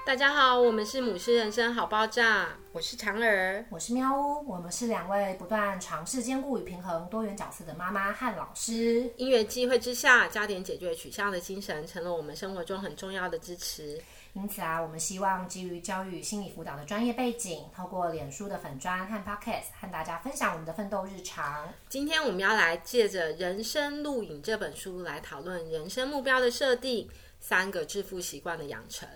大家好，我们是母狮人生好爆炸，我是长儿， 我是喵屋，我们是两位不断尝试兼顾与平衡多元角色的妈妈和老师。 因缘际会之下，加点解决取向的精神成了我们生活中很重要的支持。 因此我们希望基于教育心理辅导的专业背景，透过脸书的粉专和 Podcast 和大家分享我们的奋斗日常。 今天我们要来借着《人生录影》这本书来讨论人生目标的设定，3个致富习惯的养成。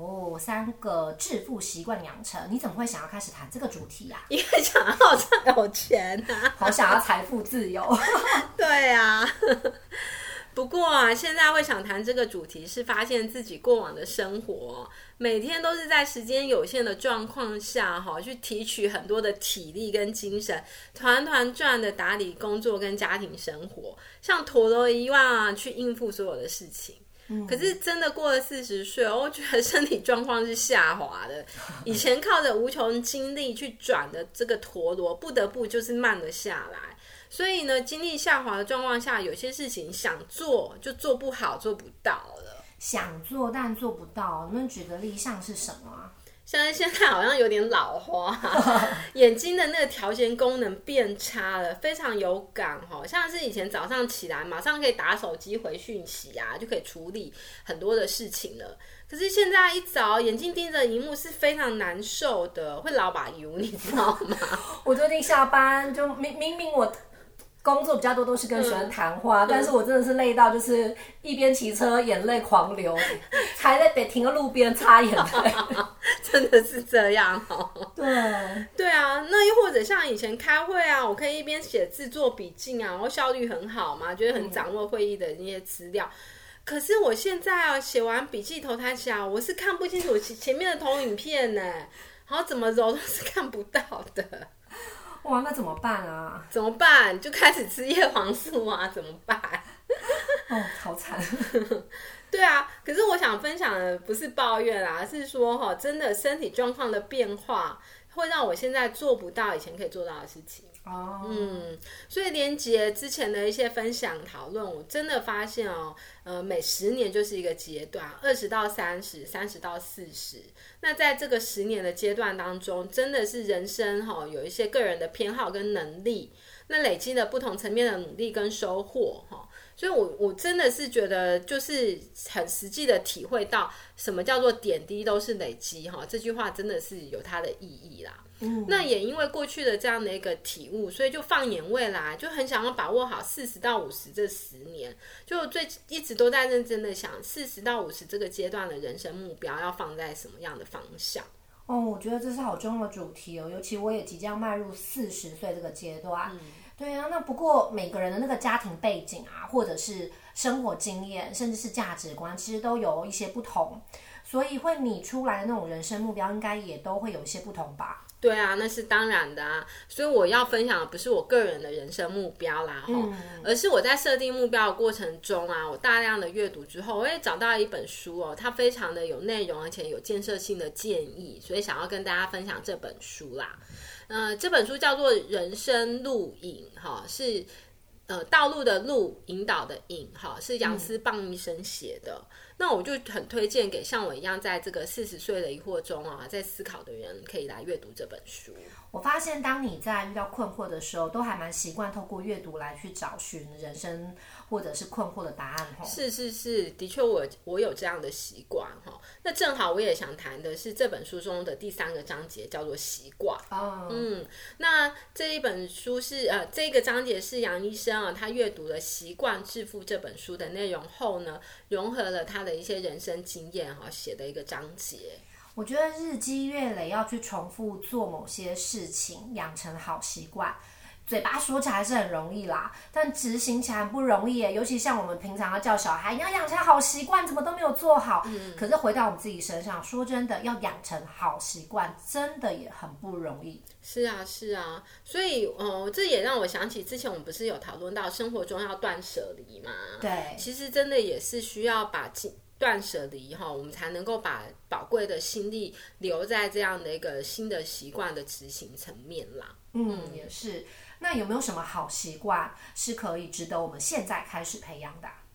3个致富习惯的养成，你怎么会想要开始谈这个主题啊？ 因为想要赚有钱啊， 好想要财富自由。 对啊。不过现在会想谈这个主题，是发现自己过往的生活，每天都是在时间有限的状况下，去提取很多的体力跟精神，团团转的打理工作跟家庭生活，像陀螺一样去应付所有的事情。可是真的过了40岁，我觉得身体状况是下滑的。以前靠着无穷精力去转的这个陀螺，不得不就是慢了下来。所以呢，精力下滑的状况下，有些事情想做就做不好，做不到了。 想做但做不到，你们举个例，像是什么啊？ 像现在好像有点老花，眼睛的那个调节功能变差了，非常有感。像是以前早上起来马上可以打手机回讯息啊，就可以处理很多的事情了。可是现在一早眼睛盯着荧幕是非常难受的，会老把油，你知道吗？ 我最近下班就明明我工作比较多都是跟学生谈话，但是我真的是累到就是一边骑车眼泪狂流，还在停个路边擦眼泪。 真的是这样对啊，那又或者像以前开会啊，我可以一边写字做笔记啊，然后效率很好嘛，觉得很掌握会议的那些资料。可是我现在写完笔记头抬起来，我是看不清楚前面的投影片呢，然后怎么揉都是看不到的。 哇，那怎么办啊？ 怎么办？就开始吃叶黄素啊？怎么办？ 好惨。 对啊，可是我想分享的不是抱怨啦，是说真的身体状况的变化会让我现在做不到以前可以做到的事情。所以连结之前的一些分享讨论，我真的发现每10年就是一个阶段，20到30， 30到40。那在这个10年的阶段当中，真的是人生有一些个人的偏好跟能力，那累积了不同层面的努力跟收获所以我真的是觉得就是很实际的体会到什么叫做点滴都是累积这句话真的是有它的意义啦。那也因为过去的这样的一个体悟，所以就放眼未来，就很想要把握好40到50这10年，就一直都在认真的想40到50这个阶段的人生目标要放在什么样的方向。 我觉得这是好重要的主题尤其我也即将迈入40岁这个阶段。对啊，那不过每个人的那个家庭背景啊，或者是生活经验，甚至是价值观，其实都有一些不同，所以会拟出来的那种人生目标，应该也都会有一些不同吧？ 对啊，那是当然的啊。所以我要分享的不是我个人的人生目标啦，而是我在设定目标的过程中啊，我大量的阅读之后，我也找到一本书它非常的有内容，而且有建设性的建议，所以想要跟大家分享这本书啦。这本书叫做《人生录影》是道路的路，引导的引是杨思棒医生写的。那我就很推荐给像我一样在这个40岁的疑惑中在思考的人，可以来阅读这本书。 我发现当你在遇到困惑的时候，都还蛮习惯透过阅读来去找寻人生或者是困惑的答案。 是，的确我有这样的习惯那正好我也想谈的是这本书中的第3个章节，叫做习惯。那这一本书是这个章节是杨医生他阅读了《习惯致富》这本书的内容后呢，融合了他的一些人生经验写的一个章节。 我觉得日积月累要去重复做某些事情，养成好习惯，嘴巴说起来是很容易啦，但执行起来很不容易耶。尤其像我们平常要叫小孩你要养成好习惯，怎么都没有做好。可是回到我们自己身上，说真的，要养成好习惯真的也很不容易。 是啊，所以这也让我想起之前我们不是有讨论到生活中要断舍离嘛？ 对， 其实真的也是需要把断舍离我们才能够把宝贵的心力留在这样的一个新的习惯的执行层面啦。 也是。那有没有什么好习惯是可以值得我们现在开始培养的？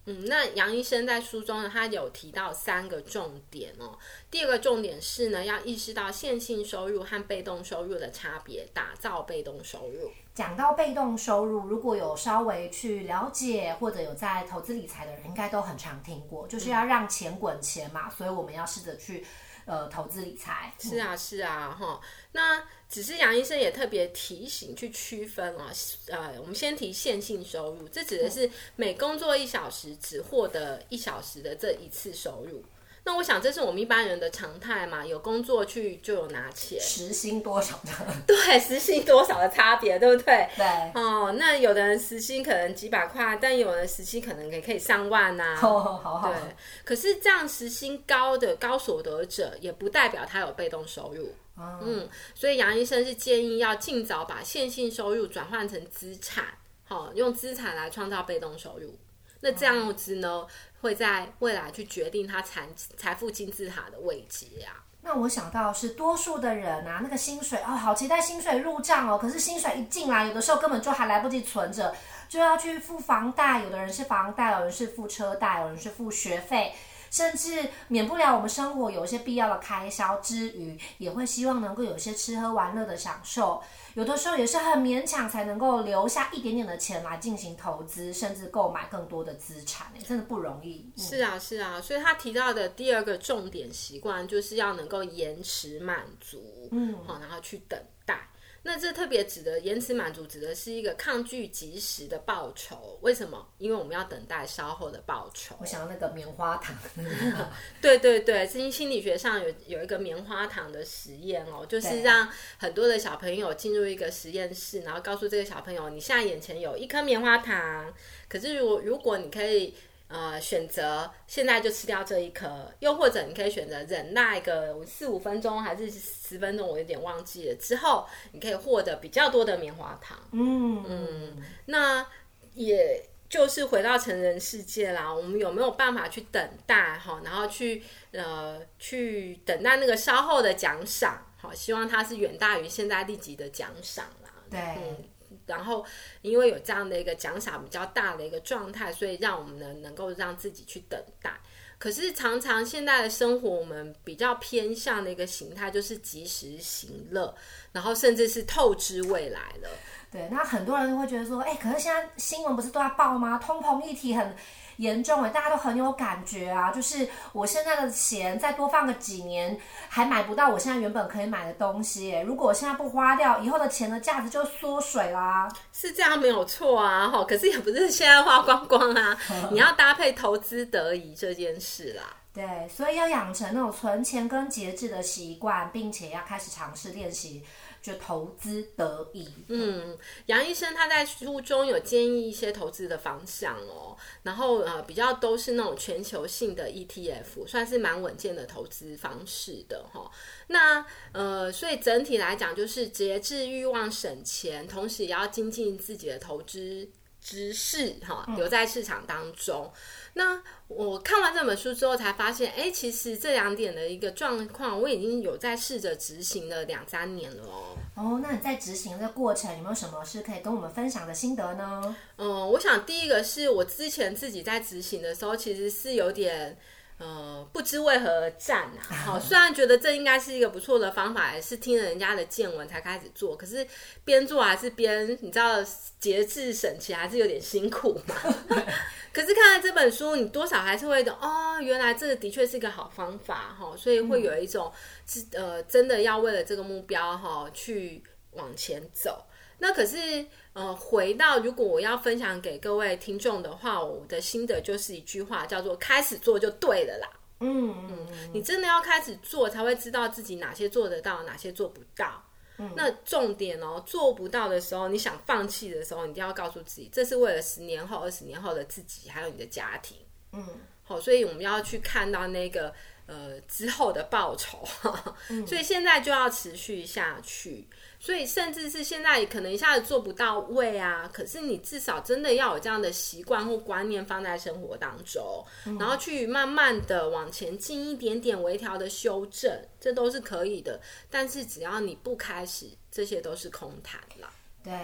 那杨医生在书中呢，他有提到3个重点哦。第2个重点是呢，要意识到线性收入和被动收入的差别，打造被动收入。 讲到被动收入，如果有稍微去了解或者有在投资理财的人，应该都很常听过，就是要让钱滚钱嘛，所以我们要试着去投资理财。 是啊哈。那只是杨医生也特别提醒去区分我们先提线性收入，这指的是每工作1小时只获得1小时的这一次收入。那我想这是我们一般人的常态嘛，有工作去就有拿钱， 时薪多少的？ 对，时薪多少的差别，对不对？ 对。 那有的人时薪可能几百块，但有人时薪可能也可以上万啊。 好。 对，可是这样时薪高的高所得者，也不代表他有被动收入。所以杨医生是建议要尽早把线性收入转换成资产，用资产来创造被动收入。那这样子呢，会在未来去决定他财富金字塔的位阶啊。 那我想到是多数的人啊，那个薪水好期待薪水入账哦，可是薪水一进来，有的时候根本就还来不及存着，就要去付房贷，有的人是房贷，有人是付车贷，有人是付学费，甚至免不了我们生活有一些必要的开销之余，也会希望能够有一些吃喝玩乐的享受，有的时候也是很勉强才能够留下一点点的钱来进行投资，甚至购买更多的资产，真的不容易。 是啊，所以他提到的第2个重点习惯就是要能够延迟满足，然后去等待。那这特别指的延迟满足，指的是一个抗拒及时的报酬。为什么？因为我们要等待稍后的报酬。 我想要那个棉花糖。 对，心理学上有一个棉花糖的实验就是让很多的小朋友进入一个实验室，然后告诉这个小朋友，你现在眼前有1颗棉花糖，可是如果你可以选择现在就吃掉这1颗，又或者你可以选择忍耐个4-5分钟还是10分钟，我有点忘记了，之后你可以获得比较多的棉花糖。那也就是回到成人世界啦，我们有没有办法去等待然后去等待那个稍后的奖赏，希望它是远大于现在立即的奖赏啦。 对。 然后因为有这样的一个奖赏比较大的一个状态，所以让我们能够让自己去等待。可是常常现在的生活我们比较偏向的一个形态就是及时行乐，然后甚至是透支未来了。 对，那很多人会觉得说，可是现在新闻不是都在报吗？通膨议题很严重，大家都很有感觉啊。就是我现在的钱再多放个几年，还买不到我现在原本可以买的东西。如果我现在不花掉，以后的钱的价值就缩水啦。 是这样没有错啊，可是也不是现在花光光啊。你要搭配投资得宜这件事啦。 对，所以要养成那种存钱跟节制的习惯，并且要开始尝试练习就投资得宜。 杨医生他在书中有建议一些投资的方向然后比较都是那种全球性的 ETF， 算是蛮稳健的投资方式的那所以整体来讲就是节制欲望省钱，同时也要精进自己的投资知识留在市场当中。那我看完这本书之后才发现，其实这2点的一个状况我已经有在试着执行了2-3年了那你在执行的过程有没有什么是可以跟我们分享的心得呢？ 我想第一个是我之前自己在执行的时候其实是有点不知为何而战虽然觉得这应该是一个不错的方法，也是听了人家的见闻才开始做，可是边做还是边你知道节制省钱还是有点辛苦嘛可是看了这本书，你多少还是会原来这个的确是一个好方法所以会有一种真的要为了这个目标去往前走。那可是回到如果我要分享给各位听众的话，我的心得就是一句话，叫做开始做就对了啦。你真的要开始做才会知道自己哪些做得到，哪些做不到。那重点做不到的时候，你想放弃的时候，你一定要告诉自己，这是为了10年后、20年后的自己，还有你的家庭。所以我们要去看到那个之后的报酬所以现在就要持续下去。所以甚至是现在可能一下子做不到位啊，可是你至少真的要有这样的习惯或观念放在生活当中，然后去慢慢的往前进一点点微调的修正，这都是可以的。但是只要你不开始，这些都是空谈啦。 对，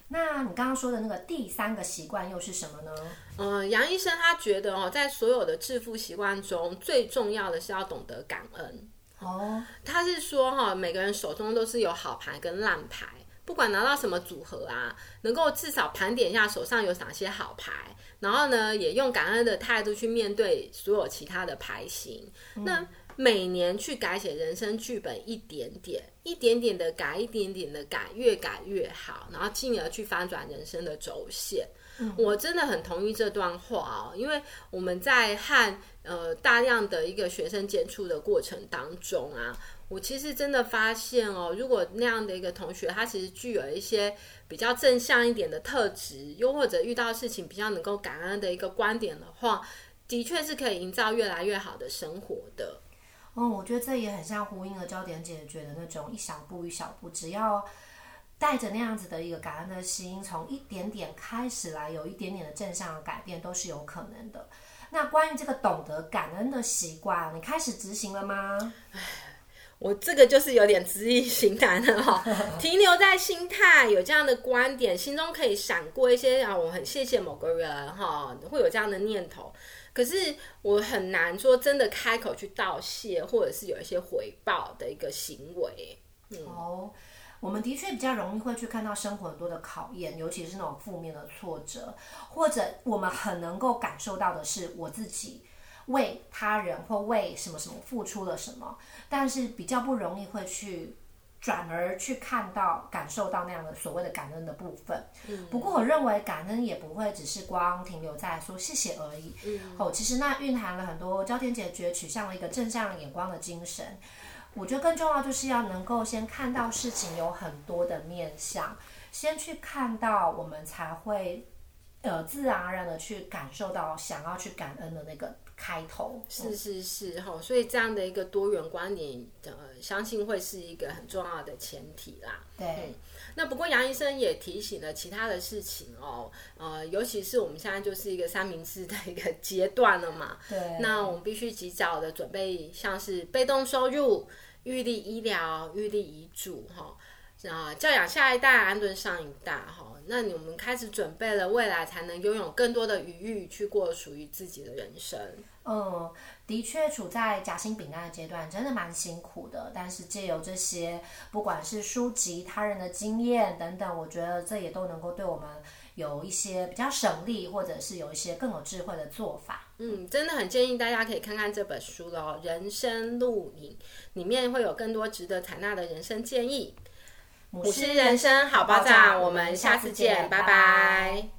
那你刚刚说的那个第3个习惯又是什么呢？ 杨医生他觉得在所有的致富习惯中，最重要的是要懂得感恩。他是说每个人手中都是有好牌跟烂牌，不管拿到什么组合啊，能够至少盘点一下手上有哪些好牌，然后呢，也用感恩的态度去面对所有其他的牌型。那每年去改写人生剧本一点点的改，一点点的改，越改越好，然后进而去翻转人生的轴线。我真的很同意这段话因为我们在和大量的一个学生接触的过程当中啊，我其实真的发现如果那样的一个同学，他其实具有一些比较正向一点的特质，又或者遇到事情比较能够感恩的一个观点的话，的确是可以营造越来越好的生活的。 我觉得这也很像呼应了焦点解决的那种一小步一小步，只要带着那样子的一个感恩的心，从一点点开始来，有一点点的正向的改变，都是有可能的。那关于这个懂得感恩的习惯，你开始执行了吗？ 我这个就是有点知易行难了停留在心态有这样的观点，心中可以闪过一些我很谢谢某个人会有这样的念头，可是我很难说真的开口去道谢，或者是有一些回报的一个行为。 我们的确比较容易会去看到生活很多的考验，尤其是那种负面的挫折，或者我们很能够感受到的是我自己为他人或为什么什么付出了什么，但是比较不容易会去转而去看到感受到那样的所谓的感恩的部分。不过我认为感恩也不会只是光停留在说谢谢而已。其实那蕴含了很多焦点解决，取向了一个正向眼光的精神。我觉得更重要就是要能够先看到事情有很多的面向，先去看到，我们才会自然而然的去感受到想要去感恩的那个开头。 是所以这样的一个多元观点相信会是一个很重要的前提啦。 对。 那不过杨医生也提醒了其他的事情尤其是我们现在就是一个3明治的一个阶段了嘛。 对。 那我们必须及早的准备，像是被动收入、预立医疗、预立遗嘱教养下一代，安顿上一代那我们开始准备了，未来才能拥有更多的余裕去过属于自己的人生。 的确处在夹心饼干的阶段真的蛮辛苦的，但是借由这些不管是书籍、他人的经验等等，我觉得这也都能够对我们有一些比较省力，或者是有一些更有智慧的做法。 真的很建议大家可以看看这本书咯，人生录影里面会有更多值得采纳的人生建议。母狮人生好爆炸，我们下次见，拜拜。